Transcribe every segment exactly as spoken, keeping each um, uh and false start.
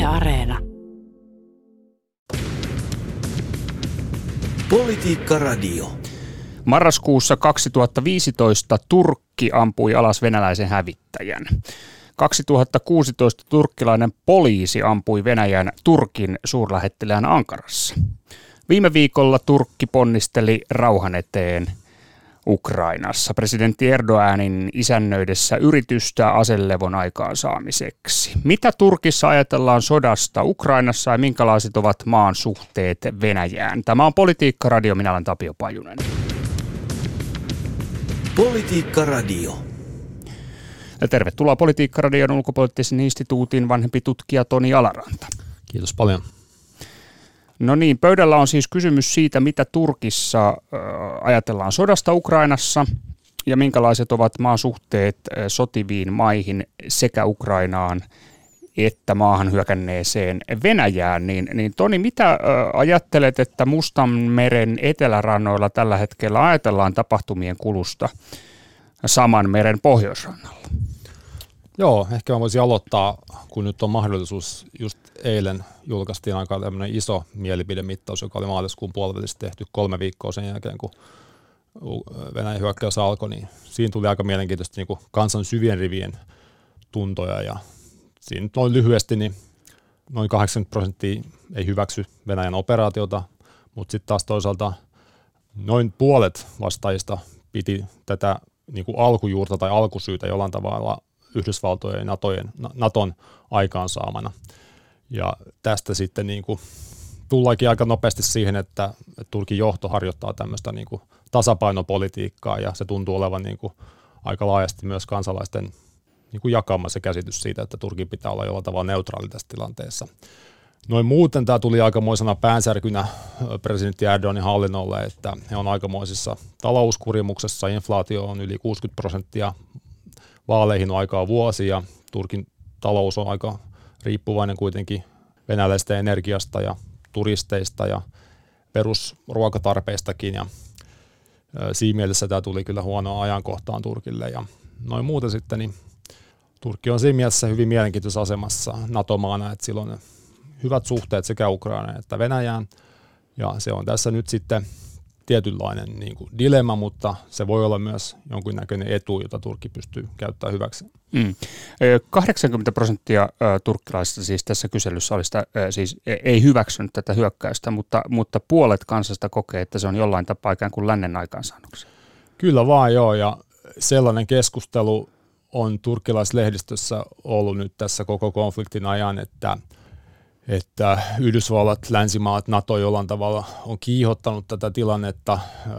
Areena. Politiikka Radio. Marraskuussa kaksituhattaviisitoista Turkki ampui alas venäläisen hävittäjän. kaksituhattakuusitoista turkkilainen poliisi ampui Venäjän Turkin suurlähettilään Ankarassa. Viime viikolla Turkki ponnisteli rauhan eteen Ukrainassa presidentti Erdoganin isännöidessä yritystä aselevon aikaansaamiseksi. Mitä Turkissa ajatellaan sodasta Ukrainassa ja minkälaiset ovat maan suhteet Venäjään? Tämä on Politiikka Radio, minä olen Tapio Pajunen. Politiikka Radio. Ja tervetuloa Politiikka Radion ulkopoliittisen instituutin vanhempi tutkija Toni Alaranta. Kiitos paljon. No niin, pöydällä on siis kysymys siitä, mitä Turkissa äh, ajatellaan sodasta Ukrainassa ja minkälaiset ovat maan suhteet äh, sotiviin maihin sekä Ukrainaan että maahan hyökänneeseen Venäjään. Niin, niin Toni, mitä äh, ajattelet, että Mustanmeren etelärannoilla tällä hetkellä ajatellaan tapahtumien kulusta saman meren pohjoisrannalla? Joo, ehkä mä voisin aloittaa, kun nyt on mahdollisuus. Just eilen julkaistiin aika tämmöinen iso mielipidemittaus, joka oli maaliskuun puolivälissä tehty kolme viikkoa sen jälkeen, kun Venäjän hyökkäys alkoi, niin siinä tuli aika mielenkiintoista niin kuin kansan syvien rivien tuntoja, ja siinä noin lyhyesti niin noin kahdeksankymmentä prosenttia ei hyväksy Venäjän operaatiota, mutta sitten taas toisaalta noin puolet vastaajista piti tätä niin kuin alkujuurta tai alkusyytä jollain tavalla Yhdysvaltojen ja Natojen, Naton aikaansaamana. Ja tästä sitten niin kuin tullaankin aika nopeasti siihen, että, että Turkin johto harjoittaa tämmöistä niin kuin tasapainopolitiikkaa, ja se tuntuu olevan niin kuin aika laajasti myös kansalaisten niin kuin jakama se käsitys siitä, että Turkin pitää olla jollain tavalla neutraali tässä tilanteessa. Noin muuten tämä tuli aikamoisena päänsärkynä presidentti Erdoganin hallinnolle, että he on aikamoisissa talouskurimuksessa, inflaatio on yli kuusikymmentä prosenttia, vaaleihin on aikaa vuosi, ja Turkin talous on aika riippuvainen kuitenkin venäläisestä energiasta ja turisteista ja perusruokatarpeistakin, ja siinä mielessä tämä tuli kyllä huonoa ajankohtaan Turkille. Ja noin muuten sitten, niin Turkki on siinä mielessä hyvin mielenkiintoisessa asemassa NATO-maana, että sillä on hyvät suhteet sekä Ukrainaan että Venäjään, ja se on tässä nyt sitten tietynlainen niin kuin dilemma, mutta se voi olla myös jonkinnäköinen etu, jota Turkki pystyy käyttämään hyväksi. Mm. kahdeksankymmentä prosenttia turkkilaisista siis tässä kyselyssä oli sitä, siis ei hyväksynyt tätä hyökkäystä, mutta, mutta puolet kansasta kokee, että se on jollain tapaa ikään kuin lännen aikaansaannoksi. Kyllä vaan joo, ja sellainen keskustelu on turkkilaislehdistössä ollut nyt tässä koko konfliktin ajan, että että Yhdysvallat, länsimaat, NATO jollain tavalla on kiihottanut tätä tilannetta,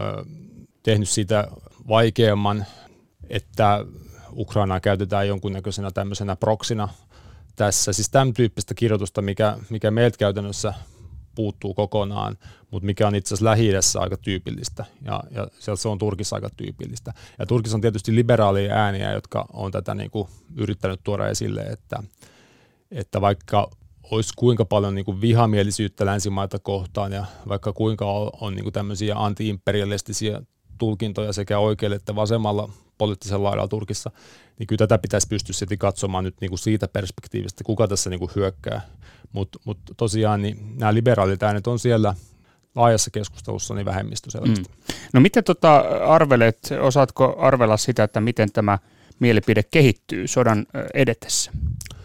tehnyt siitä vaikeamman, että Ukrainaa käytetään jonkunnäköisenä tämmöisenä proksina tässä. Siis tämän tyyppistä kirjoitusta, mikä, mikä meiltä käytännössä puuttuu kokonaan, mutta mikä on itse asiassa Lähi-idässä aika tyypillistä, ja, ja se on Turkissa aika tyypillistä. Ja Turkissa on tietysti liberaalia ääniä, jotka on tätä niin kuin yrittänyt tuoda esille, että, että vaikka olisi kuinka paljon niin kuin vihamielisyyttä länsimaita kohtaan ja vaikka kuinka on, on niin kuin tämmöisiä anti-imperialistisia tulkintoja sekä oikealle että vasemmalla poliittisella laidalla Turkissa, niin kyllä tätä pitäisi pystyä sitten katsomaan nyt niin kuin siitä perspektiivistä, kuka tässä niin kuin hyökkää. Mutta mut tosiaan niin nämä liberaalit äänet on siellä laajassa keskustelussa niin vähemmistö selvästi. Mm. No miten tota arvelet, osaatko arvella sitä, että miten tämä mielipide kehittyy sodan edetessä?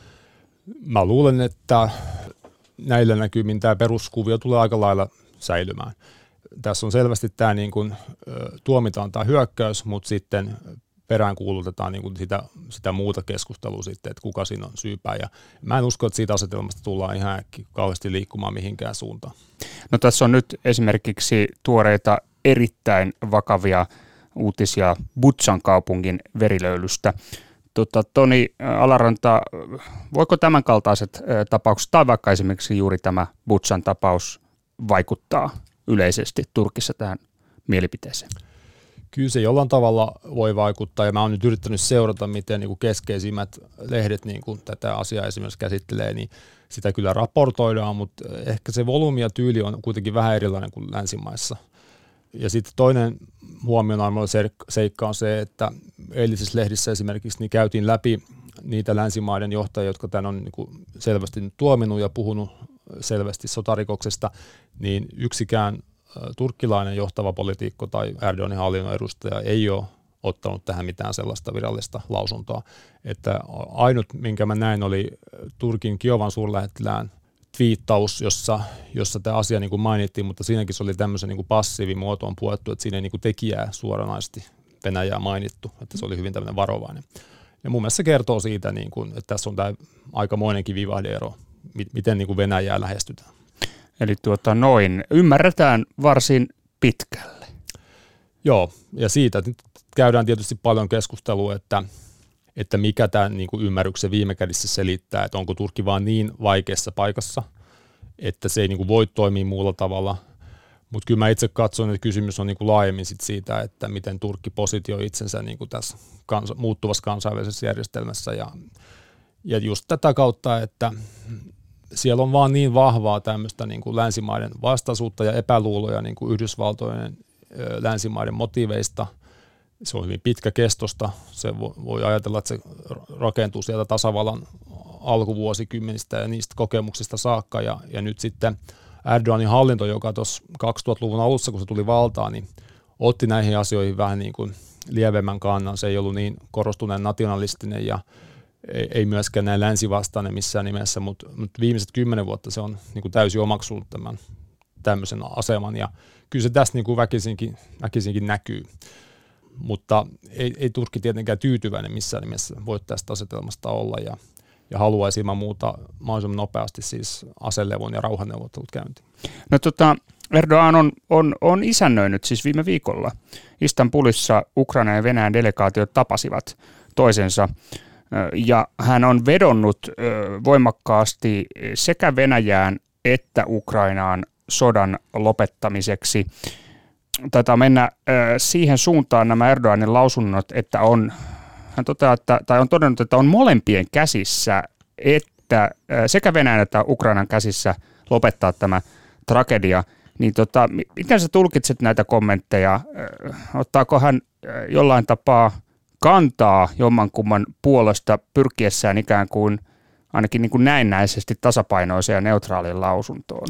Mä luulen, että näillä näkymin tämä peruskuvio tulee aika lailla säilymään. Tässä on selvästi tämä niin kuin, tuomitaan tämä hyökkäys, mutta sitten peräänkuulutetaan niin kuin sitä, sitä muuta keskustelua sitten, että kuka siinä on syypää. Ja mä en usko, että siitä asetelmasta tullaan ihan äkkiä kauheasti liikkumaan mihinkään suuntaan. No tässä on nyt esimerkiksi tuoreita erittäin vakavia uutisia Butšan kaupungin verilöylystä. Tota, Toni Alaranta, voiko tämän kaltaiset tapaukset tai vaikka esimerkiksi juuri tämä Butšan tapaus vaikuttaa yleisesti Turkissa tähän mielipiteeseen? Kyllä se jollain tavalla voi vaikuttaa, ja mä oon nyt yrittänyt seurata, miten niin kuin keskeisimmät lehdet niin kuin tätä asiaa esimerkiksi käsittelee, niin sitä kyllä raportoidaan, mutta ehkä se volyymi ja tyyli on kuitenkin vähän erilainen kuin länsimaissa. Ja sitten toinen huomionarvoinen seikka on se, että eilisissä lehdissä esimerkiksi niin käytiin läpi niitä länsimaiden johtajia, jotka tämän on niin kuin selvästi nyt tuominut ja puhunut selvästi sotarikoksesta, niin yksikään turkkilainen johtava poliitikko tai Erdoganin hallinnon edustaja ei ole ottanut tähän mitään sellaista virallista lausuntoa. Että ainut, minkä mä näin, oli Turkin Kiovan suurlähettilään twiittaus, jossa, jossa tämä asia niin kuin mainittiin, mutta siinäkin se oli tämmöisen niin kuin passiivimuotoon puettu, että siinä ei niin kuin tekijää suoranaisesti Venäjää mainittu, että se oli hyvin tämmöinen varovainen. Ja mun mielestä se kertoo siitä, niin kuin, että tässä on tämä aikamoinenkin vivahde-ero, miten niin kuin Venäjää lähestytään. Eli tuota noin, ymmärretään varsin pitkälle. Joo, ja siitä nyt käydään tietysti paljon keskustelua, että, että mikä tämän niin kuin ymmärryksen viime kädessä selittää, että onko Turkki vaan niin vaikeassa paikassa, että se ei niin kuin voi toimia muulla tavalla. Mutta kyllä mä itse katson, että kysymys on niin kuin laajemmin sit siitä, että miten Turkki positioi itsensä niin kuin tässä kansa, muuttuvassa kansainvälisessä järjestelmässä. Ja, ja just tätä kautta, että siellä on vaan niin vahvaa tämmöistä niin kuin länsimaiden vastaisuutta ja epäluuloja niin kuin Yhdysvaltojen länsimaiden motiiveista. Se on hyvin pitkäkestosta. Se voi ajatella, että se rakentuu sieltä tasavallan alkuvuosikymmenistä ja niistä kokemuksista saakka. Ja, ja nyt sitten Erdoganin hallinto, joka tuossa kaksituhattaluvun alussa, kun se tuli valtaan, niin otti näihin asioihin vähän niin kuin lievemmän kannan. Se ei ollut niin korostuneen nationalistinen ja ei, ei myöskään näin länsivastainen missään nimessä, mutta, mutta viimeiset kymmenen vuotta se on niin kuin täysin omaksunut tämän tämmöisen aseman. Ja kyllä se tässä niin kuin väkisinkin, väkisinkin näkyy. Mutta ei, ei Turkki tietenkään tyytyväinen missään nimessä voi tästä asetelmasta olla ja, ja haluaisi ilman muuta mahdollisimman nopeasti siis aselevon ja rauhanneuvottelut käyntiin. No tota, Erdogan on, on, on isännöinyt siis viime viikolla. Istanbulissa Ukraina ja Venäjän delegaatiot tapasivat toisensa ja hän on vedonnut voimakkaasti sekä Venäjään että Ukrainaan sodan lopettamiseksi. Taitaa mennä äh, siihen suuntaan nämä Erdoganin lausunnot, että on, hän toteaa, että, tai on todennut, että on molempien käsissä, että äh, sekä Venäjän että Ukrainan käsissä lopettaa tämä tragedia. Niin tota, miten sä tulkitset näitä kommentteja? Äh, ottaako hän äh, jollain tapaa kantaa jommankumman puolesta pyrkiessään ikään kuin ainakin niin kuin näennäisesti tasapainoiseen ja neutraaliin lausuntoon?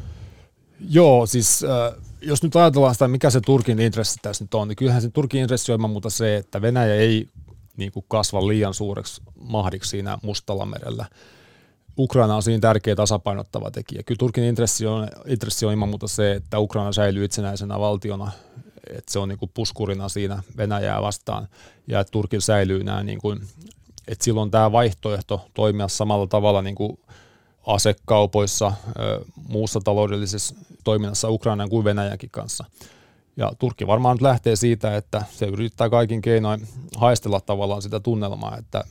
Joo, siis äh, jos nyt ajatellaan sitä, mikä se Turkin intressi tässä nyt on, niin kyllähän se Turkin intressi on ilman muuta se, että Venäjä ei niin kuin kasva liian suureksi mahdiksi siinä Mustalla merellä. Ukraina on siinä tärkeä tasapainottava tekijä. Kyllä Turkin intressi on, intressi on ilman muuta se, että Ukraina säilyy itsenäisenä valtiona, että se on niin kuin puskurina siinä Venäjää vastaan ja että Turkilla säilyy nämä, niin kuin, että silloin tämä vaihtoehto toimia samalla tavalla niin kuin asekaupoissa, muussa taloudellisessa toiminnassa Ukrainan kuin Venäjänkin kanssa. Ja Turkki varmaan nyt lähtee siitä, että se yrittää kaikin keinoin haistella tavallaan sitä tunnelmaa, että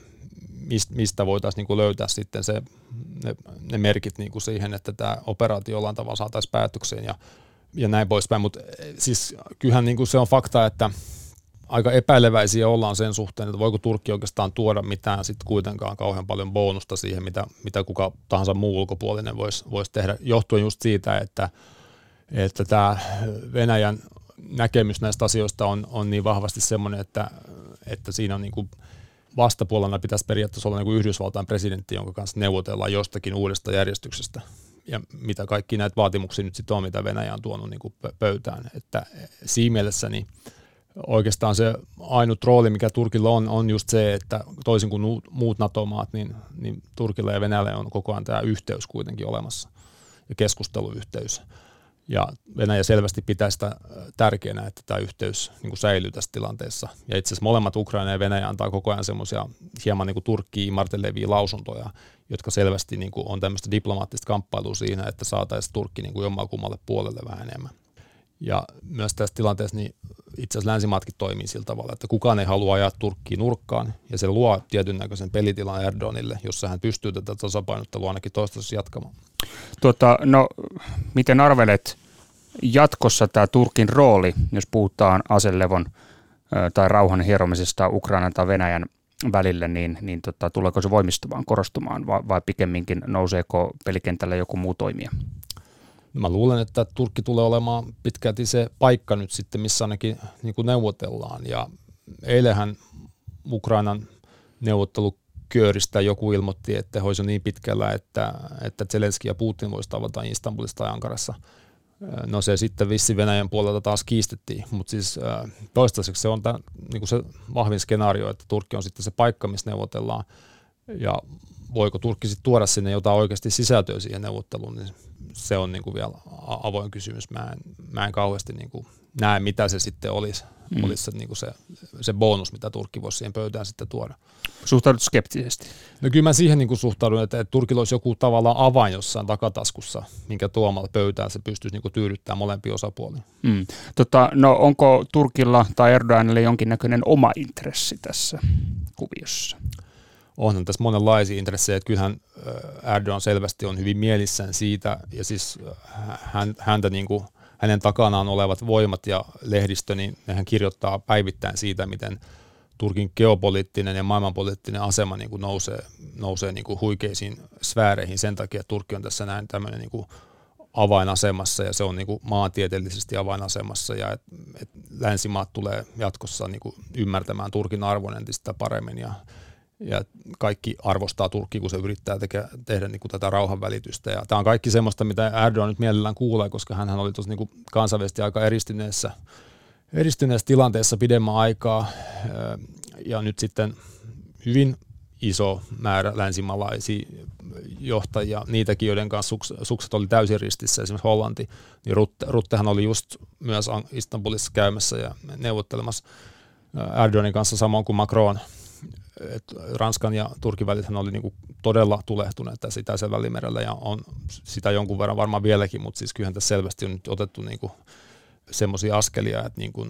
mistä voitaisiin niinku löytää sitten se, ne, ne merkit niinku siihen, että tämä operaatio jollain tavalla saataisiin päätökseen ja, ja näin poispäin. Mutta siis kyllähän niinku se on fakta, että aika epäileväisiä ollaan sen suhteen, että voiko Turkki oikeastaan tuoda mitään sitten kuitenkaan kauhean paljon bonusta siihen, mitä, mitä kuka tahansa muu ulkopuolinen voisi vois tehdä, johtuen just siitä, että, että tämä Venäjän näkemys näistä asioista on, on niin vahvasti semmoinen, että, että siinä on niin kuin vastapuolella pitäisi periaatteessa olla niin kuin Yhdysvaltain presidentti, jonka kanssa neuvotellaan jostakin uudesta järjestyksestä. Ja mitä kaikki näitä vaatimuksia nyt sitten on, mitä Venäjä on tuonut niin kuin pöytään. Että siinä mielessä niin oikeastaan se ainut rooli, mikä Turkilla on, on just se, että toisin kuin muut NATO-maat, niin, niin Turkilla ja Venäjällä on koko ajan tämä yhteys kuitenkin olemassa ja keskusteluyhteys. Ja Venäjä selvästi pitää sitä tärkeänä, että tämä yhteys niin kuin säilyy tässä tilanteessa. Ja itse asiassa molemmat Ukraina ja Venäjä antaa koko ajan semmoisia hieman niin kuin Turkkiin imarteleviä lausuntoja, jotka selvästi niin kuin on tämmöistä diplomaattista kamppailua siinä, että saataisiin Turkki niin kuin jommalkummalle puolelle vähän enemmän. Ja myös tässä tilanteessa niin itse asiassa länsimaatkin toimii sillä tavalla, että kukaan ei halua ajaa Turkkiin nurkkaan, ja se luo tietyn näköisen pelitilan Erdoganille, jossa hän pystyy tätä tasapainottelua ainakin toistaiseksi jatkamaan. Tuota, no, miten arvelet jatkossa tämä Turkin rooli, jos puhutaan aselevon tai rauhan hieromisesta Ukrainan tai Venäjän välille, niin, niin tota, tuleeko se voimistumaan, korostumaan, vai, vai pikemminkin nouseeko pelikentällä joku muu toimija? Mä luulen, että Turkki tulee olemaan pitkälti se paikka nyt sitten, missä ainakin niin kuin neuvotellaan. Ja eilähän Ukrainan neuvottelu kööristä joku ilmoitti, että he olisivat niin pitkällä, että, että Zelenski ja Putin voisivat tavata Istanbulissa tai Ankarassa. No se sitten vissi Venäjän puolelta taas kiistettiin, mutta siis toistaiseksi se on tämän, niin kuin se vahvin skenaario, että Turkki on sitten se paikka, missä neuvotellaan. Ja voiko Turkki sitten tuoda sinne jotain oikeasti sisältöä siihen neuvotteluun, niin se on niin kuin vielä avoin kysymys. Mä en, mä en kauheasti niin kuin näe, mitä se sitten olisi, mm. olisi se, niin kuin se, se bonus, mitä Turkki voisi siihen pöytään sitten tuoda. Suhtaudut skeptisesti? No kyllä mä siihen niin kuin suhtaudun, että, että Turkilla olisi joku tavallaan avain jossain takataskussa, minkä tuomalla pöytään se pystyisi niin kuin tyydyttämään molempia osapuolia. Mm. Tota, no onko Turkilla tai Erdoganille jonkinnäköinen oma intressi tässä kuviossa? Onhan tässä monenlaisia intressejä, että kyllähän Erdogan selvästi on hyvin mielissään siitä, ja siis hän, häntä niin kuin, hänen takanaan olevat voimat ja lehdistö, niin hän kirjoittaa päivittäin siitä, miten Turkin geopoliittinen ja maailmanpoliittinen asema niin kuin nousee, nousee niin kuin huikeisiin sfääreihin sen takia, että Turkki on tässä näin tämmöinen niin kuin avainasemassa, ja se on niin kuin maantieteellisesti avainasemassa, ja et, et länsimaat tulee jatkossa niin kuin ymmärtämään Turkin arvon entistä paremmin, ja Ja kaikki arvostaa Turkkia, kun se yrittää teke, tehdä niin kuin tätä rauhanvälitystä. Ja tämä on kaikki semmoista, mitä Erdogan nyt mielellään kuulee, koska hän oli tuossa niin kuin kansainvälisesti aika eristyneessä, eristyneessä tilanteessa pidemmän aikaa. Ja nyt sitten hyvin iso määrä länsimaalaisia johtajia, niitäkin, joiden kanssa sukset oli täysin ristissä, esimerkiksi Hollanti. Niin Rutte, Ruttehan oli just myös Istanbulissa käymässä ja neuvottelemassa Erdoganin kanssa samoin kuin Macron. Et Ranskan ja Turkin välithän oli niinku todella tulehtuneet tässä Itäisellä välimerellä ja on sitä jonkun verran varmaan vieläkin, mutta siis kyllähän tässä selvästi on nyt otettu niinku semmoisia askelia, että niinku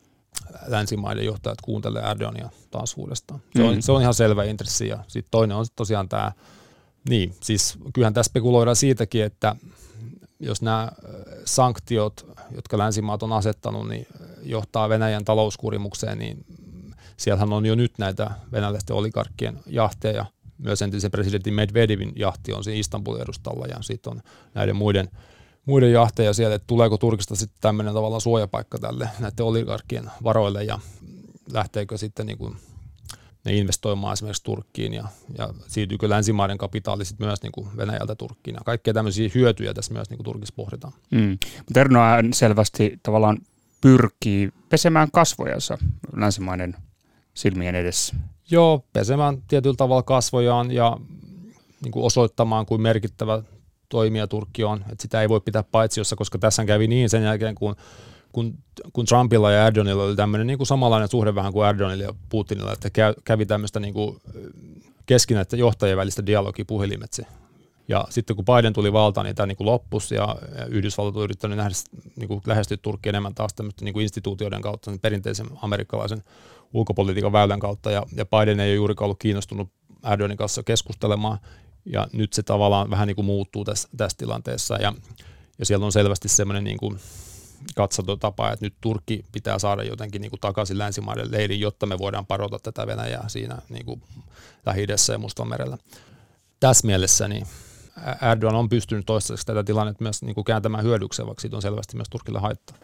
länsimaiden johtajat kuuntelee Erdogania taas uudestaan. Se on, mm. se on ihan selvä intressi, ja sitten toinen on sit tosiaan tämä, niin siis kyllähän tässä spekuloidaan siitäkin, että jos nämä sanktiot, jotka länsimaat on asettanut, niin johtaa Venäjän talouskurimukseen, niin siellähän on jo nyt näitä venäläisten oligarkkien jahteja, myös entisen presidentin Medvedevin jahti on siinä Istanbulin edustalla, ja sitten on näiden muiden, muiden jahteja siellä, että tuleeko Turkista sitten tämmöinen tavallaan suojapaikka tälle näiden oligarkkien varoille, ja lähteekö sitten niin kuin ne investoimaan esimerkiksi Turkkiin, ja, ja siirtyykö länsimaiden kapitaali sitten myös niin kuin Venäjältä Turkkiin, ja kaikkea tämmöisiä hyötyjä tässä myös niin kuin Turkissa pohditaan. Mm. Mutta Erdogan selvästi tavallaan pyrkii pesemään kasvojansa länsimaiden silmien edessä. Joo, pesemään tietyllä tavalla kasvojaan ja niin kuin osoittamaan, kuin merkittävä toimija Turkki on. Että sitä ei voi pitää paitsiossa, koska tässä kävi niin sen jälkeen, kun, kun, kun Trumpilla ja Erdoganilla oli tämmöinen niin kuin samanlainen suhde vähän kuin Erdoganilla ja Putinilla, että kävi tämmöistä niin kuin keskinäistä johtajien välistä dialogia puhelimitse. Ja sitten kun Biden tuli valtaan, niin tämä niin kuin loppui, ja Yhdysvallat on yrittänyt nähdä, niin kuin lähestyä Turkkia enemmän taas tämmöistä niin kuin instituutioiden kautta, perinteisen amerikkalaisen ulkopolitiikan väylän kautta, ja, ja Biden ei ole juurikaan ollut kiinnostunut Erdoganin kanssa keskustelemaan, ja nyt se tavallaan vähän niin kuin muuttuu tässä, tässä tilanteessa, ja, ja siellä on selvästi semmoinen niin kuin katsototapa, että nyt Turkki pitää saada jotenkin niin kuin takaisin länsimaiden leiriin, jotta me voidaan parota tätä Venäjää siinä niin kuin Lähi-idässä ja Mustanmerellä. Tässä mielessä niin Erdogan on pystynyt toistaiseksi tätä tilannetta myös niin kuin kääntämään hyödykseen, vaikka siitä on selvästi myös Turkille haittaa.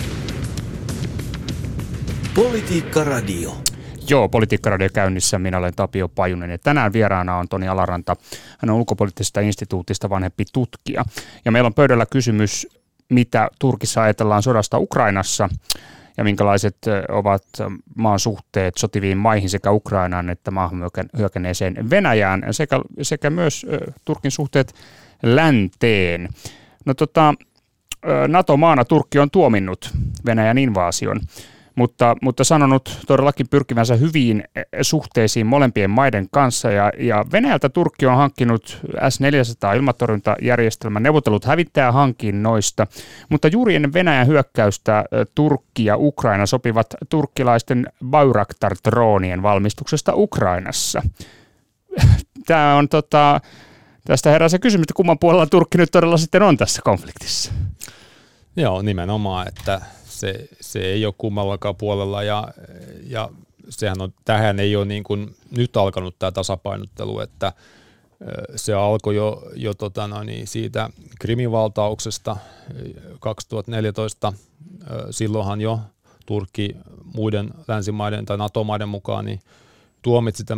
Politiikka Radio. Joo, Politiikka Radio käynnissä. Minä olen Tapio Pajunen ja tänään vieraana on Toni Alaranta. Hän on ulkopoliittisesta instituutista vanhempi tutkija. Ja meillä on pöydällä kysymys, mitä Turkissa ajatellaan sodasta Ukrainassa ja minkälaiset ovat maan suhteet sotiviin maihin sekä Ukrainaan että maahan hyökänneeseen Venäjään sekä, sekä myös Turkin suhteet länteen. No tota, NATO-maana Turkki on tuominnut Venäjän invaasion, mutta, mutta sanonut todellakin pyrkivänsä hyviin suhteisiin molempien maiden kanssa. Ja, ja Venäjältä Turkki on hankkinut S neljäsataa ilmatorjuntajärjestelmän, neuvotellut hävittäjähankinnoista, mutta juuri ennen Venäjän hyökkäystä Turkki ja Ukraina sopivat turkkilaisten Bayraktar-droonien valmistuksesta Ukrainassa. Tämä on tota, tästä herää se kysymys, että kumman puolella Turkki nyt todella sitten on tässä konfliktissa. Joo, nimenomaan, että Se, se ei ole kummallakaan puolella, ja, ja sehän on, tähän ei ole niin kuin nyt alkanut tämä tasapainottelu, että se alkoi jo, jo tota no niin, siitä Krimin valtauksesta kaksituhattaneljätoista, silloinhan jo Turkki muiden länsimaiden tai NATO-maiden mukaan niin tuomitsi tämän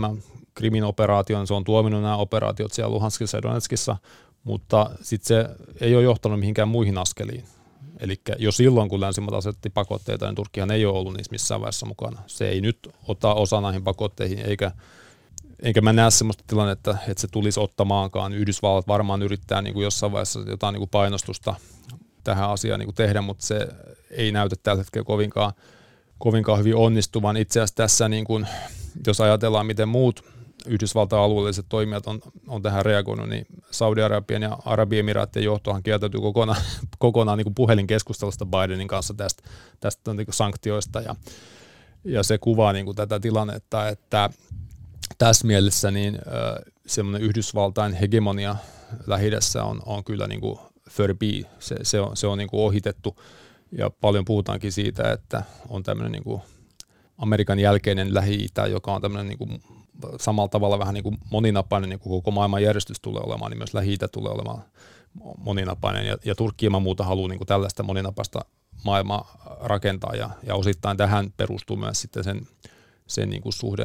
Krimin operaation, se on tuominut nämä operaatiot siellä Luhanskissa ja Donetskissa, mutta sitten se ei ole johtanut mihinkään muihin askeliin. Eli jo silloin, kun länsimaat asetti pakotteita, niin Turkkihan ei ole ollut niissä missään vaiheessa mukana. Se ei nyt ota osaa näihin pakotteihin, eikä, eikä mä näe sellaista tilannetta, että se tulisi ottamaankaan. Yhdysvallat varmaan yrittää niin kuin jossain vaiheessa jotain niin kuin painostusta tähän asiaan niin kuin tehdä, mutta se ei näytä tällä hetkellä kovinkaan, kovinkaan hyvin onnistuvan. Itse asiassa tässä, niin kuin, jos ajatellaan, miten muut Yhdysvaltain alueelliset toimijat on, on tähän reagoinut, niin Saudi-Arabian ja Arabiemiraattien johtohan kieltäytyy kokonaan, kokonaan niin kuin puhelinkeskustelusta Bidenin kanssa tästä, tästä niin kuin sanktioista, ja, ja se kuvaa niin kuin tätä tilannetta, että tässä mielessä niin äh, semmoinen Yhdysvaltain hegemonia Lähi-idässä on, on kyllä niin kuin förbi, se, se on, se on niin kuin ohitettu, ja paljon puhutaankin siitä, että on tämmöinen niin kuin Amerikan jälkeinen Lähi-itä, joka on tämmöinen niin kuin samalla tavalla vähän niin kuin moninapainen, niin kuin koko maailman järjestys tulee olemaan, niin myös Lähi-itä tulee olemaan moninapainen, ja, ja Turkki ilman muuta haluaa niin kuin tällaista moninapaista maailmaa rakentaa, ja, ja osittain tähän perustuu myös sitten sen, sen niin kuin suhde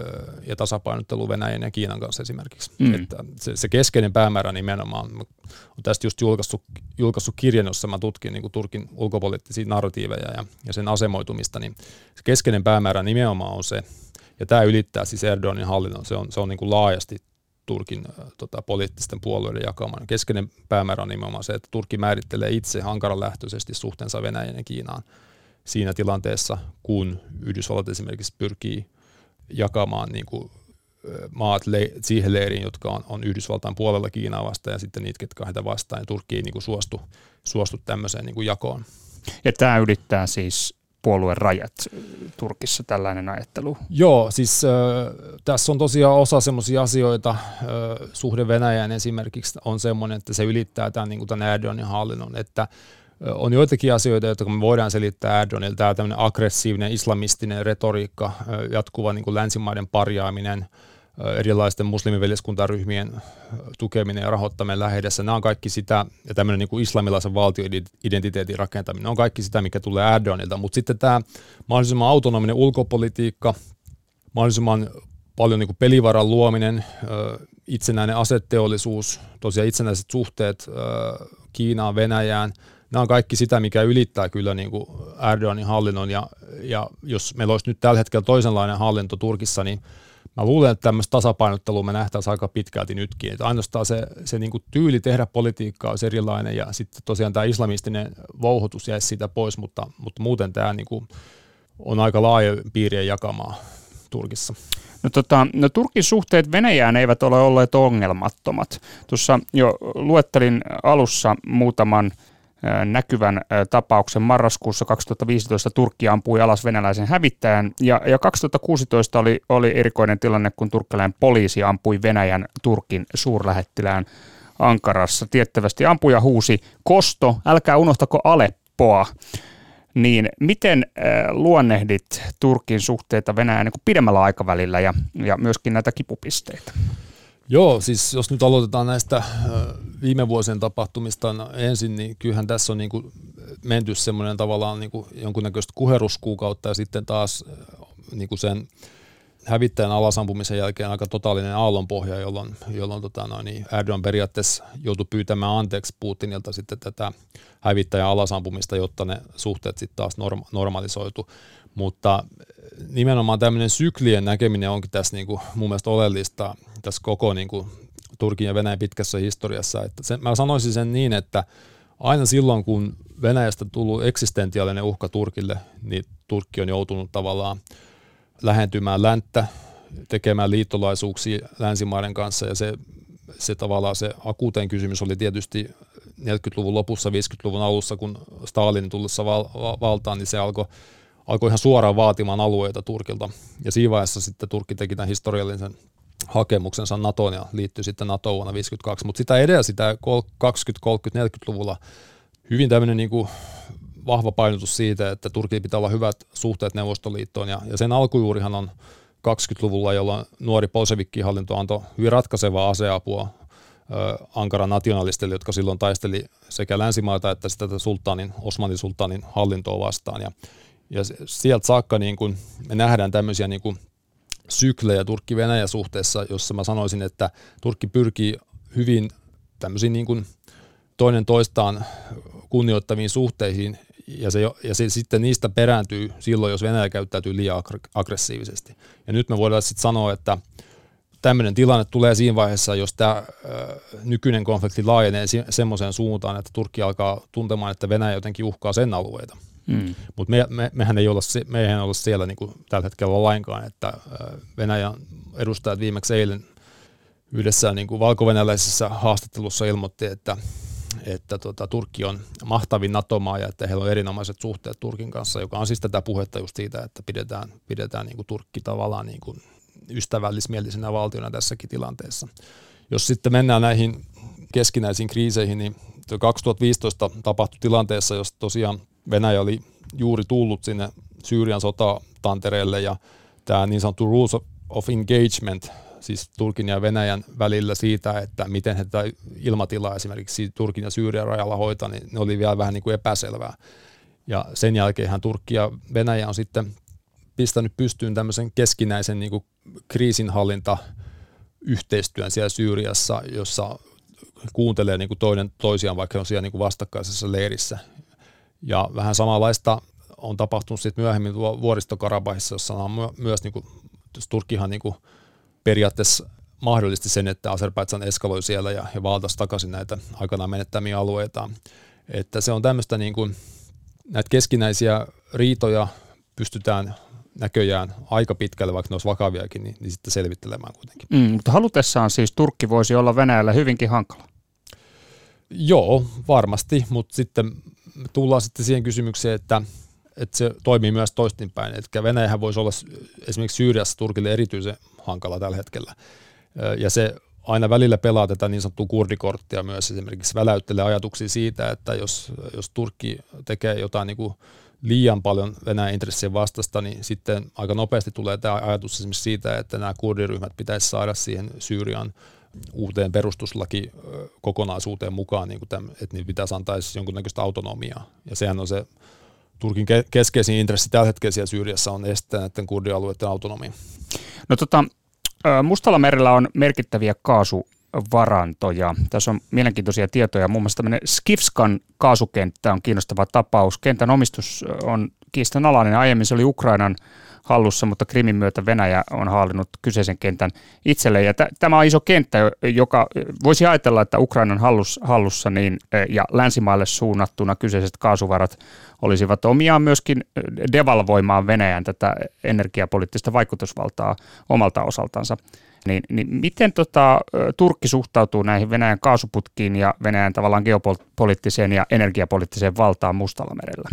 ja tasapainottelu Venäjän ja Kiinan kanssa esimerkiksi. Mm. Että se, se keskeinen päämäärä nimenomaan, on tästä just julkaissut, julkaissut kirjan, jossa mä tutkin niin kuin Turkin ulkopoliittisia narratiiveja ja, ja sen asemoitumista, niin se keskeinen päämäärä nimenomaan on se, ja tämä ylittää siis Erdoganin hallinnon, se on, se on niin kuin laajasti Turkin äh, tota, poliittisten puolueiden jakaman. Keskeinen päämäärä on nimenomaan se, että Turkki määrittelee itse Ankara-lähtöisesti suhteensa Venäjän ja Kiinaan siinä tilanteessa, kun Yhdysvallat esimerkiksi pyrkii jakamaan niin kuin, äh, maat le- siihen leiriin, jotka on, on Yhdysvaltain puolella Kiinaa vastaan, ja sitten niitä, ketkä heitä vastaan, ja Turkki ei niin kuin suostu, suostu tämmöiseen niin kuin jakoon. Ja tämä ylittää siis puolueen rajat Turkissa, tällainen ajattelu? Joo, siis äh, tässä on tosiaan osa semmoisia asioita, äh, suhde Venäjään esimerkiksi on semmoinen, että se ylittää tämän, niin kuin tämän Erdoganin hallinnon, että äh, on joitakin asioita, joita me voidaan selittää Erdoganilta, tämä tämmöinen aggressiivinen islamistinen retoriikka, äh, jatkuva niin kuin länsimaiden parjaaminen, erilaisten muslimiveljeskuntaryhmien tukeminen ja rahoittaminen Lähi-idässä, nämä on kaikki sitä, ja tämmöinen niin kuin islamilaisen valtioidentiteetin rakentaminen, on kaikki sitä, mikä tulee Erdoganilta, mutta sitten tämä mahdollisimman autonominen ulkopolitiikka, mahdollisimman paljon niin kuin pelivaran luominen, itsenäinen aseteollisuus, tosiaan itsenäiset suhteet Kiinaan, Venäjään, nämä on kaikki sitä, mikä ylittää kyllä niin kuin Erdoganin hallinnon, ja, ja jos meillä olisi nyt tällä hetkellä toisenlainen hallinto Turkissa, niin mä luulen, että tämmöistä tasapainottelua me nähtäisiin aika pitkälti nytkin. Että ainoastaan se, se niinku tyyli tehdä politiikkaa olisi erilainen, ja sitten tosiaan tämä islamistinen vouhotus jäisi siitä pois, mutta, mutta muuten tämä niinku on aika laaja piirien jakamaa Turkissa. No, tota, no Turkin suhteet Venäjään eivät ole olleet ongelmattomat. Tuossa jo luettelin alussa muutaman näkyvän tapauksen. Marraskuussa kaksituhattaviisitoista Turkki ampui alas venäläisen hävittäjän, ja, ja kaksituhattakuusitoista oli, oli erikoinen tilanne, kun turkkilainen poliisi ampui Venäjän Turkin suurlähettilään Ankarassa. Tiettävästi ampuja huusi: "Kosto, älkää unohtako Aleppoa." Niin miten äh, luonnehdit Turkin suhteita Venäjään niin kuin pidemmällä aikavälillä ja, ja myöskin näitä kipupisteitä? Joo, siis jos nyt aloitetaan näistä viime vuosien tapahtumista ensin, niin kyllähän tässä on niin kuin menty semmoinen tavallaan niin kuin jonkunnäköistä kuheruskuukautta, ja sitten taas niin kuin sen hävittäjän alasampumisen jälkeen aika totaalinen aallonpohja, jolloin, jolloin tota noin, niin Erdogan periaatteessa joutui pyytämään anteeksi Putinilta sitten tätä hävittäjän alasampumista, jotta ne suhteet sitten taas norma- normalisoitu. Mutta nimenomaan tämmöinen syklien näkeminen onkin tässä niin kuin mun mielestä oleellista tässä koko niin kuin Turkin ja Venäjän pitkässä historiassa. Että sen, mä sanoisin sen niin, että aina silloin, kun Venäjästä tullut eksistentiaalinen uhka Turkille, niin Turkki on joutunut tavallaan lähentymään länttä, tekemään liittolaisuuksia länsimaiden kanssa, ja se, se tavallaan se akuutein kysymys oli tietysti neljäkymmentäluvun lopussa, viisikymmentäluvun alussa, kun Stalinin tullessa val, val, valtaan, niin se alkoi alkoi ihan suoraan vaatimaan alueita Turkilta, ja siinä vaiheessa sitten Turkki teki tämän historiallisen hakemuksensa NATOon ja liittyi sitten NATOon vuonna tuhatyhdeksänsataaviisikymmentäkaksi, mutta sitä edellä sitä kaksikymmentä-, kolmekymmentä-, neljäkymmentäluvulla hyvin tämmöinen niin kuin vahva painotus siitä, että Turkilla pitää olla hyvät suhteet Neuvostoliittoon, ja, ja sen alkujuurihan on kaksikymmentäluvulla, jolloin nuori bolshevikkihallinto antoi hyvin ratkaisevaa aseapua ö, Ankaran nationalisteille, jotka silloin taisteli sekä länsimaita että sitä sultaanin, Osmanin sultaanin hallintoa vastaan, ja, ja sieltä saakka niin kun me nähdään tämmöisiä niin kun syklejä Turkki-Venäjä suhteessa, jossa mä sanoisin, että Turkki pyrkii hyvin tämmöisiin niin kuin toinen toistaan kunnioittaviin suhteisiin, ja, se, ja se sitten niistä perääntyy silloin, jos Venäjä käyttäytyy liian aggressiivisesti. Ja nyt me voidaan sitten sanoa, että tämmöinen tilanne tulee siinä vaiheessa, jos tämä ö, nykyinen konflikti laajenee se, semmoiseen suuntaan, että Turkki alkaa tuntemaan, että Venäjä jotenkin uhkaa sen alueita. Mm. Mutta me, me, mehän ei olla, mehän olla siellä niin kuin tällä hetkellä lainkaan, että ö, Venäjän edustajat viimeksi eilen yhdessä niin kuin valko-venäläisessä haastattelussa ilmoitti, että, että tota, Turkki on mahtavin NATO-maa ja että heillä on erinomaiset suhteet Turkin kanssa, joka on siis tätä puhetta just siitä, että pidetään, pidetään niin kuin Turkki tavallaan niin kuin ystävällismielisenä valtiona tässäkin tilanteessa. Jos sitten mennään näihin keskinäisiin kriiseihin, niin kaksituhattaviisitoista tapahtui tilanteessa, jos tosiaan Venäjä oli juuri tullut sinne Syyrian sotatantereelle ja tämä niin sanottu rules of engagement, siis Turkin ja Venäjän välillä siitä, että miten he tätä ilmatilaa esimerkiksi Turkin ja Syyrian rajalla hoitaa, niin ne oli vielä vähän niin kuin epäselvää. Ja sen jälkeenhän Turkki ja Venäjä on sitten pistänyt pystyyn tämmöisen keskinäisen niin kuin kriisinhallinta-yhteistyön siellä Syyriassa, jossa kuuntelee niin kuin toinen toisiaan, vaikka on siellä niin kuin vastakkaisessa leirissä. Ja vähän samanlaista on tapahtunut sitten myöhemmin Vuoristo-Karabahissa, jossa on myös, niin kuin, Turkkihan niin kuin periaatteessa mahdollisti sen, että Azerbaidžan eskaloi siellä ja, ja valtasi takaisin näitä aikanaan menettämiä alueita. Että se on tämmöistä niin kuin, näitä keskinäisiä riitoja pystytään näköjään aika pitkälle, vaikka ne olisi vakaviakin, niin, niin sitten selvittelemään kuitenkin. Mm, mutta halutessaan siis Turkki voisi olla Venäjällä hyvinkin hankala. Joo, varmasti, mutta sitten tullaan sitten siihen kysymykseen, että, että se toimii myös toistinpäin. Eli Venäjähän voisi olla esimerkiksi Syyriassa Turkille erityisen hankala tällä hetkellä. Ja se aina välillä pelaa tätä niin sanottua kurdikorttia myös, esimerkiksi väläyttelee ajatuksia siitä, että jos, jos Turkki tekee jotain niin kuin liian paljon Venäjän intressien vastasta, niin sitten aika nopeasti tulee tämä ajatus esimerkiksi siitä, että nämä kurdiryhmät pitäisi saada siihen Syyrian uuteen perustuslakikokonaisuuteen mukaan, niin kuin tämän, että niitä pitäisi antaa jonkunnäköistä autonomiaa. Ja sehän on se Turkin keskeisin intressi tällä hetkellä siellä Syyriassa on estää näiden kurdialueiden autonomia. No tota, Mustalla merellä on merkittäviä kaasuvarantoja. Tässä on mielenkiintoisia tietoja. Muun muassa tämmöinen Skifskan kaasukenttä on kiinnostava tapaus. Kentän omistus on kiistanalainen. Aiemmin se oli Ukrainan hallussa, mutta Krimin myötä Venäjä on hallinnut kyseisen kentän itselleen. Ja t- tämä on iso kenttä, joka voisi ajatella, että Ukrainan hallus, hallussa niin, ja länsimaille suunnattuna kyseiset kaasuvarat olisivat omiaan myöskin devalvoimaan Venäjän tätä energiapoliittista vaikutusvaltaa omalta osaltansa. Niin, niin miten tota, Turkki suhtautuu näihin Venäjän kaasuputkiin ja Venäjän tavallaan geopoliittiseen ja energiapoliittiseen valtaan Mustalla merellä?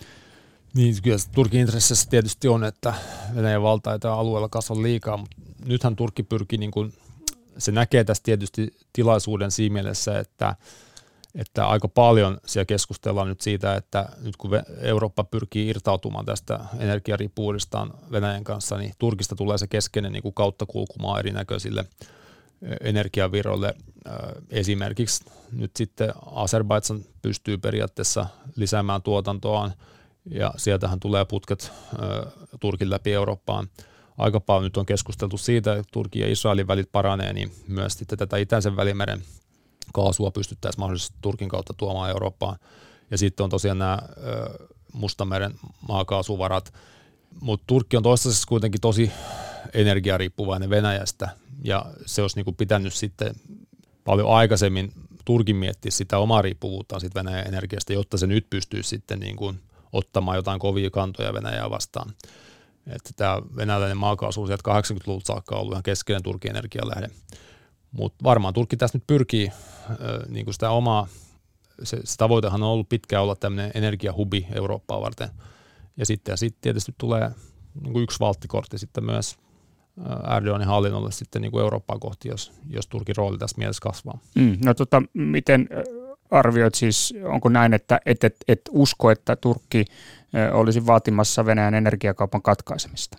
Niin, kyllä Turkin intressissä tietysti on, että Venäjän valta ei tällä alueella kasva liikaa, mutta nythän Turkki pyrkii, niin kuin, se näkee tässä tietysti tilaisuuden siinä mielessä, että, että aika paljon siellä keskustellaan nyt siitä, että nyt kun Eurooppa pyrkii irtautumaan tästä energiariippuvuudestaan Venäjän kanssa, niin Turkista tulee se keskeinen niin kuin kauttakulkumaa erinäköisille energiavirroille. Esimerkiksi nyt sitten Azerbaidžan pystyy periaatteessa lisäämään tuotantoaan, ja sieltähän tulee putket ö, Turkin läpi Eurooppaan. Aika paljon nyt on keskusteltu siitä, että Turkin ja Israelin välit paranee, niin myös sitten tätä Itäisen välimeren kaasua pystyttäisiin mahdollisesti Turkin kautta tuomaan Eurooppaan. Ja sitten on tosiaan nämä ö, Mustameren maakaasuvarat. Mutta Turkki on toistaiseksi kuitenkin tosi energiariippuvainen Venäjästä, ja se olisi niinku pitänyt sitten paljon aikaisemmin Turkin miettiä sitä omaa riippuvuuttaan sit Venäjän energiasta, jotta se nyt pystyisi sitten niinku ottamaan jotain kovia kantoja Venäjää vastaan. Että tämä venäläinen maakaasu sieltä kahdeksankymmentäluvulta saakka on ollut ihan keskeinen Turkin energialähde. Mutta varmaan Turkki tässä nyt pyrkii äh, niin kuin sitä omaa, se, se tavoitehan on ollut pitkään olla tämmöinen energiahubi Eurooppaa varten. Ja sitten ja sit tietysti tulee niin kuin yksi valttikortti sitten myös äh, Erdoganin hallinnolle sitten niin kuin Eurooppaa kohti, jos, jos Turkin rooli tässä mielessä kasvaa. Mm, no tota, miten arvioit siis, onko näin, että et, et, et usko, että Turkki olisi vaatimassa Venäjän energiakaupan katkaisemista?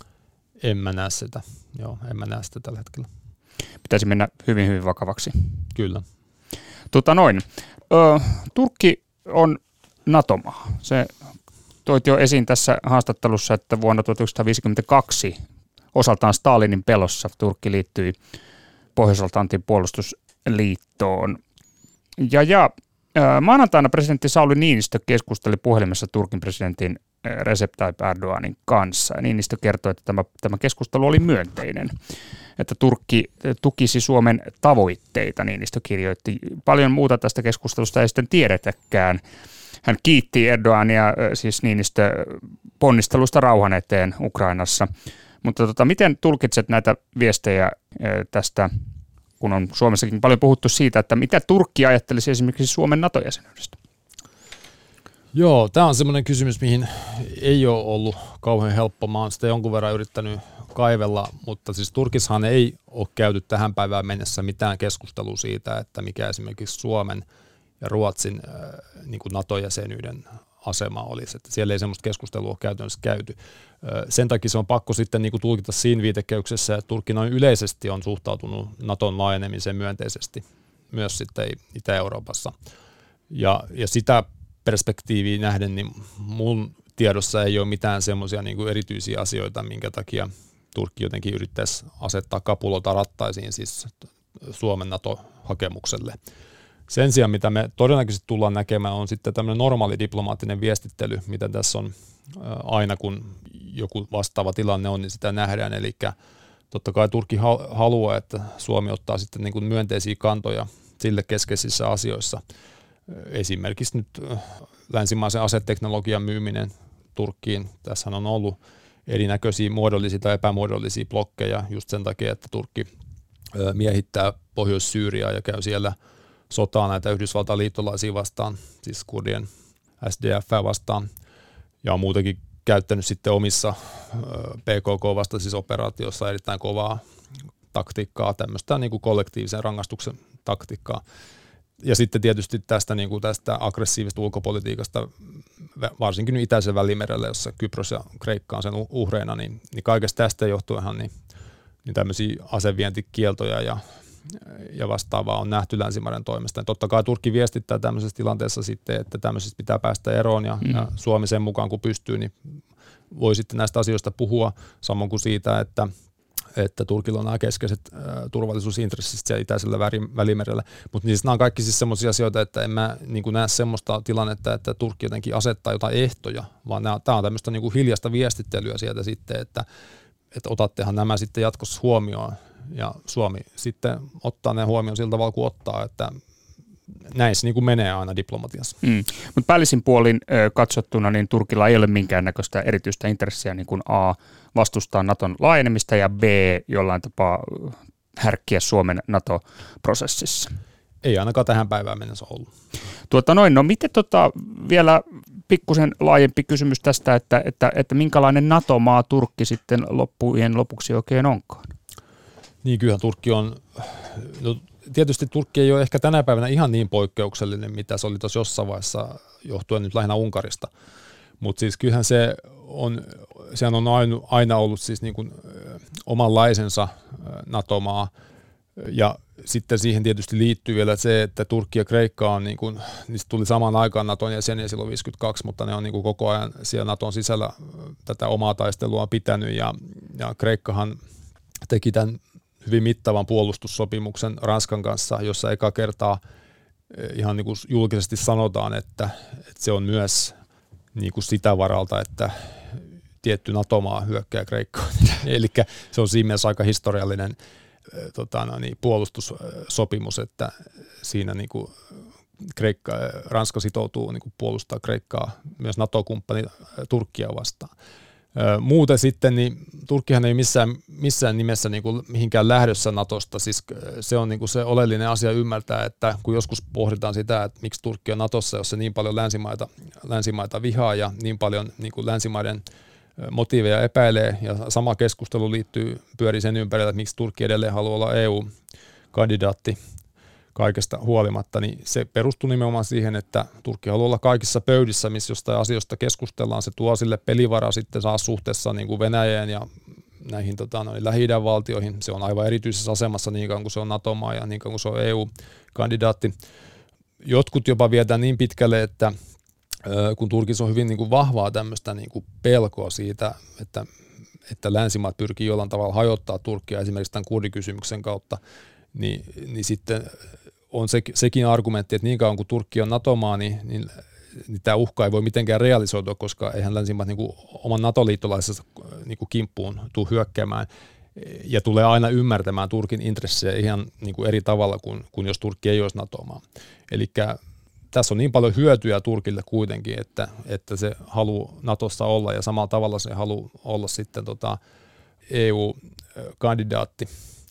En mä näe sitä. Joo, en mä näe sitä tällä hetkellä. Pitäisi mennä hyvin, hyvin vakavaksi. Kyllä. Tota noin. Ö, Turkki on NATO-maa. Se toit jo esiin tässä haastattelussa, että vuonna tuhatyhdeksänsataaviisikymmentäkaksi osaltaan Stalinin pelossa Turkki liittyi Pohjois-Atlantin puolustusliittoon. Ja, ja maanantaina presidentti Sauli Niinistö keskusteli puhelimessa Turkin presidentin Recep Tayyip Erdoganin kanssa. Ja Niinistö kertoi, että tämä, tämä keskustelu oli myönteinen, että Turkki tukisi Suomen tavoitteita, Niinistö kirjoitti. Paljon muuta tästä keskustelusta ei sitten tiedetäkään. Hän kiitti Erdogania, siis Niinistö, ponnistelusta rauhan eteen Ukrainassa. Mutta tota, miten tulkitset näitä viestejä tästä, kun on Suomessakin paljon puhuttu siitä, että mitä Turkki ajattelisi esimerkiksi Suomen NATO-jäsenyydestä? Joo, tämä on semmoinen kysymys, mihin ei ole ollut kauhean helppo. Mä oon sitä jonkun verran yrittänyt kaivella, mutta siis Turkissahan ei ole käyty tähän päivään mennessä mitään keskustelua siitä, että mikä esimerkiksi Suomen ja Ruotsin äh, niin kuin NATO-jäsenyyden asema olisi. Että siellä ei semmoista keskustelua ole käytännössä käyty. Äh, sen takia se on pakko sitten niin kuin tulkita siinä viitekeyksessä, että Turkki noin yleisesti on suhtautunut NATOn laajenemiseen myönteisesti myös sitten Itä-Euroopassa. Ja, ja sitä perspektiiviä nähden, niin mun tiedossa ei ole mitään semmoisia niin kuin erityisiä asioita, minkä takia Turkki jotenkin yrittäisi asettaa kapulota rattaisiin siis Suomen NATO-hakemukselle. Sen sijaan, mitä me todennäköisesti tullaan näkemään, on sitten tämmöinen normaali diplomaattinen viestittely, mitä tässä on aina, kun joku vastaava tilanne on, niin sitä nähdään. Eli totta kai Turkki haluaa, että Suomi ottaa sitten niin kuin myönteisiä kantoja sille keskeisissä asioissa. Esimerkiksi nyt länsimaisen aseteknologian myyminen Turkkiin. Tässä on ollut erinäköisiä muodollisia tai epämuodollisia blokkeja just sen takia, että Turkki miehittää Pohjois-Syyriaa ja käy siellä sotaa näitä Yhdysvaltain liittolaisia vastaan, siis kurdien S D F vastaan, ja on muutenkin käyttänyt sitten omissa P K K-vastaisissa operaatioissa erittäin kovaa taktiikkaa, tämmöistä niin kuin kollektiivisen rangaistuksen taktiikkaa. Ja sitten tietysti tästä, niin kuin tästä aggressiivista ulkopolitiikasta, varsinkin nyt Itäisen välimerellä, jossa Kypros ja Kreikka on sen uhreina, niin, niin kaikesta tästä johtuenhan niin, niin tämmöisiä asevientikieltoja ja, ja vastaavaa on nähty länsimaiden toimesta. Ja totta kai Turkki viestittää tämmöisessä tilanteessa sitten, että tämmöisistä pitää päästä eroon ja, mm. ja Suomi sen mukaan kun pystyy, niin voi sitten näistä asioista puhua, samoin kuin siitä, että että Turkilla on nämä keskeiset äh, turvallisuusintressit siellä Itäisellä välimerellä. Mutta siis nämä on kaikki siis semmoisia asioita, että en mä niin kuin näe semmoista tilannetta, että Turkki jotenkin asettaa jotain ehtoja, vaan tämä on tämmöistä niin kuin hiljaista viestittelyä sieltä sitten, että, että otattehan nämä sitten jatkossa huomioon. Ja Suomi sitten ottaa ne huomioon sillä tavalla kuin ottaa, että näin se niin kuin menee aina diplomatiassa. Mm. Mutta päällisin puolin ö, katsottuna, niin Turkilla ei ole minkäännäköistä erityistä intressiä niin kuin A, vastustaa Naton laajenemista ja B, jollain tapaa härkkiä Suomen NATO-prosessissa. Ei ainakaan tähän päivään mennessä ollut. Tuota noin, no miten tota, vielä pikkusen laajempi kysymys tästä, että, että, että minkälainen NATO-maa Turkki sitten loppujen lopuksi oikein onkaan? Niin kyllähän Turkki on, no, tietysti Turkki ei ole ehkä tänä päivänä ihan niin poikkeuksellinen, mitä se oli tuossa jossain vaiheessa, johtuen nyt lähinnä Unkarista. Mutta siis kyllähän se on, sehän on aina ollut siis niin kuin omanlaisensa NATO-maa, ja sitten siihen tietysti liittyy vielä se, että Turkki ja Kreikka on, niin kuin, niistä tuli samaan aikaan Naton jäseniä silloin viisikymmentäkaksi, mutta ne on niin kuin koko ajan siellä Naton sisällä tätä omaa taistelua pitänyt, ja, ja Kreikkahan teki tämän hyvin mittavan puolustussopimuksen Ranskan kanssa, jossa eka kertaa ihan niin kuin julkisesti sanotaan, että, että se on myös niin kuin sitä varalta, että tietty NATO-maa hyökkää Kreikkaan. Eli se on siinä mielessä aika historiallinen tota, no niin, puolustussopimus, että siinä niin kuin Kreikka, Ranska sitoutuu niin kuin puolustaa Kreikkaa myös NATO-kumppani Turkkia vastaan. Muuten sitten, niin Turkkihan ei missään, missään nimessä niin kuin mihinkään lähdössä Natosta, siis se on niin kuin se oleellinen asia ymmärtää, että kun joskus pohditaan sitä, että miksi Turkki on Natossa, jos se niin paljon länsimaita, länsimaita vihaa ja niin paljon niin kuin länsimaiden motiiveja epäilee, ja sama keskustelu liittyy, pyörii sen ympärillä, että miksi Turkki edelleen haluaa olla E U-kandidaatti kaikesta huolimatta, niin se perustuu nimenomaan siihen, että Turkki haluaa olla kaikissa pöydissä, missä jostain asioista keskustellaan. Se tuo sille pelivaraa sitten saa suhteessa niin kuin Venäjään ja näihin tota, no, Lähi-idän valtioihin. Se on aivan erityisessä asemassa niin kauan kuin se on NATO-maa ja niin kauan kuin se on E U-kandidaatti. Jotkut jopa vietään niin pitkälle, että kun Turkissa on hyvin niin kuin vahvaa tämmöistä niin kuin pelkoa siitä, että että länsimaat pyrkii jollain tavalla hajottaa Turkkia esimerkiksi tämän kurdikysymyksen kautta, niin, niin sitten on se, sekin argumentti, että niin kauan kuin Turkki on NATO-maa, niin, niin, niin tämä uhka ei voi mitenkään realisoitua, koska eihän länsimaat niin kuin oman NATO-liittolaisensa niin kuin kimppuun tule hyökkäämään ja tulee aina ymmärtämään Turkin intressejä ihan niin kuin eri tavalla kuin, kuin jos Turkki ei olisi NATO-maa. Eli tässä on niin paljon hyötyjä Turkille kuitenkin, että, että se haluaa Natossa olla ja samalla tavalla se haluaa olla sitten tota E U-kandidaatti.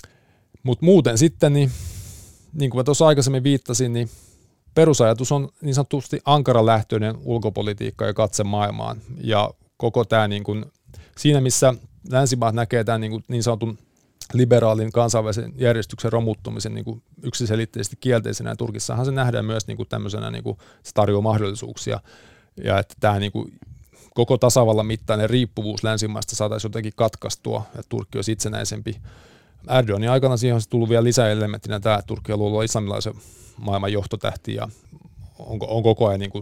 Mutta muuten sitten, niin, niin kuin mä tuossa aikaisemmin viittasin, niin perusajatus on niin sanotusti Ankara-lähtöinen ulkopolitiikka ja katse maailmaan. Ja koko tämä niin kuin, siinä, missä länsimaat näkee tämän niin, kuin, niin sanotun liberaalin kansainvälisen järjestyksen romuttumisen niin kuin yksiselitteisesti kielteisenä, ja Turkissahan se nähdään myös niin kuin tämmöisenä, niin kuin se tarjoaa mahdollisuuksia, ja että tämä niin kuin koko tasavallan mittainen riippuvuus länsimaista saataisiin jotenkin katkaistua, että Turkki olisi itsenäisempi. Erdoganin aikana siihen on tullut vielä lisäelementtinä tämä, että Turkki on ollut islamilaisen maailman johtotähti, ja on, on koko ajan niin kuin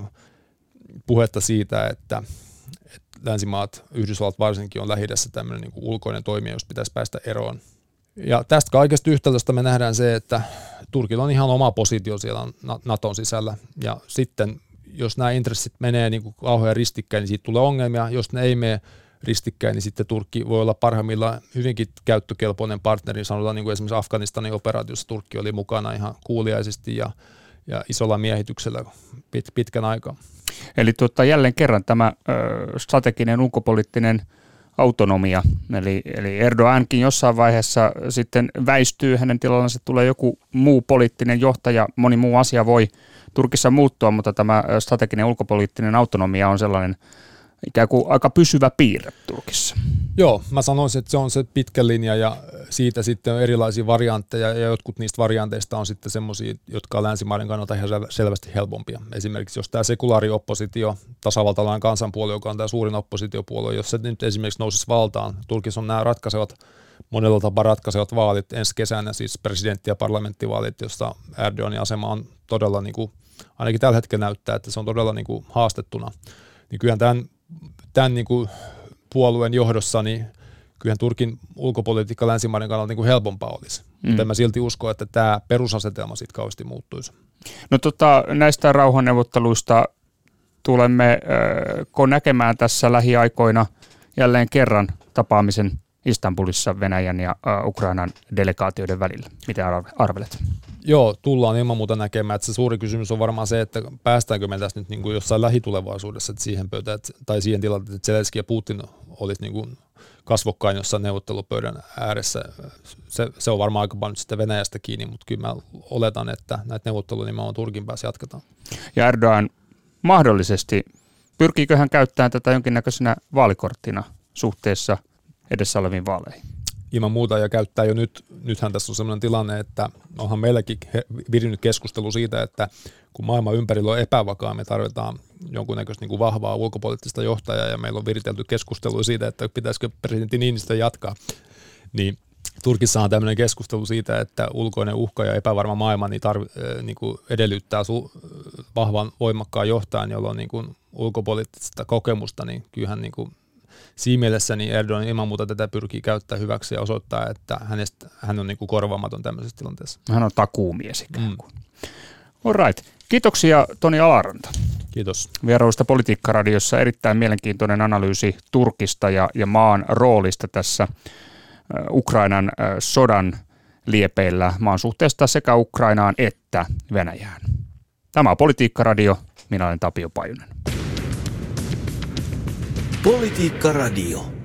puhetta siitä, että, että länsimaat, Yhdysvallat varsinkin, on Lähi-idässä tämmöinen niin kuin ulkoinen toimija, josta pitäisi päästä eroon. Ja tästä kaikesta yhtälöstä me nähdään se, että Turkilla on ihan oma positio siellä Naton sisällä, ja sitten jos nämä intressit menee niin kuin kauhean ristikkäin, niin siitä tulee ongelmia. Jos ne ei mene ristikkäin, niin sitten Turkki voi olla parhaimmillaan hyvinkin käyttökelpoinen partneri. Sanotaan niin kuin esimerkiksi Afganistanin operaatiossa Turkki oli mukana ihan kuuliaisesti ja, ja isolla miehityksellä pit, pitkän aikaa. Eli tuota, jälleen kerran tämä ö, strateginen ulkopoliittinen autonomia, eli, eli Erdogankin jossain vaiheessa sitten väistyy, hänen tilallansa tulee joku muu poliittinen johtaja, moni muu asia voi Turkissa muuttua, mutta tämä strateginen ulkopoliittinen autonomia on sellainen ikään kuin aika pysyvä piirre Turkissa. Joo, mä sanoisin, että se on se pitkä linja ja siitä sitten on erilaisia variantteja ja jotkut niistä varianteista on sitten semmoisia, jotka on länsimaiden kannalta ihan selvästi helpompia. Esimerkiksi jos tämä sekulaari oppositio, tasavaltalainen kansanpuolue, joka on tämä suurin oppositiopuolue, jos se nyt esimerkiksi nousisi valtaan, Turkissa on nämä ratkaisevat, monella tapaa ratkaisevat vaalit ensi kesänä, siis presidentti- ja parlamenttivaalit, jossa Erdoganin asema on todella, niin kuin, ainakin tällä hetkellä näyttää, että se on todella niin kuin haastettuna. Niin kyllähän tämän, tämän niin kuin puolueen johdossa, niin kyllähän Turkin ulkopolitiikka länsimaiden kannalta niin kuin helpompaa olisi. Mm. Mutta en mä silti usko, että tämä perusasetelma sitten kauheasti muuttuisi. No tota, näistä rauhanneuvotteluista tulemmeko näkemään tässä lähiaikoina jälleen kerran tapaamisen Istanbulissa Venäjän ja uh, Ukrainan delegaatioiden välillä. Mitä arvelet? Joo, tullaan ilman muuta näkemään. Että se suuri kysymys on varmaan se, että päästäänkö me tässä nyt niin kuin jossain lähitulevaisuudessa että siihen pöytään, tai siihen tilanteeseen, että Zelenski ja Putin olisi niin kuin kasvokkain jossain neuvottelupöydän ääressä. Se, se on varmaan aika paljon sitten Venäjästä kiinni, mutta kyllä mä oletan, että näitä neuvotteluja nimenomaan Turkin päässä jatketaan. Ja Erdogan mahdollisesti, pyrkiikö hän käyttämään tätä jonkinnäköisenä vaalikorttina suhteessa edessä oleviin vaaleihin? Ilman muuta, ja käyttää jo nyt, nythän tässä on sellainen tilanne, että onhan meilläkin virinnyt keskustelu siitä, että kun maailman ympärillä on epävakaa, me tarvitaan jonkunnäköistä niin kuin vahvaa ulkopoliittista johtajaa, ja meillä on viritelty keskustelua siitä, että pitäisikö presidentti Niinistö jatkaa, niin Turkissa on tämmöinen keskustelu siitä, että ulkoinen uhka ja epävarma maailma niin tarvi, niin kuin edellyttää su, vahvan voimakkaan johtajan, jolla on niin kuin ulkopoliittista kokemusta, niin kyllähän niin kuin siinä mielessä niin Erdogan ilman muuta tätä pyrkii käyttää hyväksi ja osoittaa, että hänestä, hän on niin kuin korvaamaton tämmöisessä tilanteessa. Hän on takuumies ikään kuin. Mm. All right. Kiitoksia Toni Alaranta. Kiitos. Vierailusta Politiikkaradiossa erittäin mielenkiintoinen analyysi Turkista ja, ja maan roolista tässä Ukrainan sodan liepeillä, maan suhteesta sekä Ukrainaan että Venäjään. Tämä on Politiikkaradio. Minä olen Tapio Pajunen. Politiikkaradio.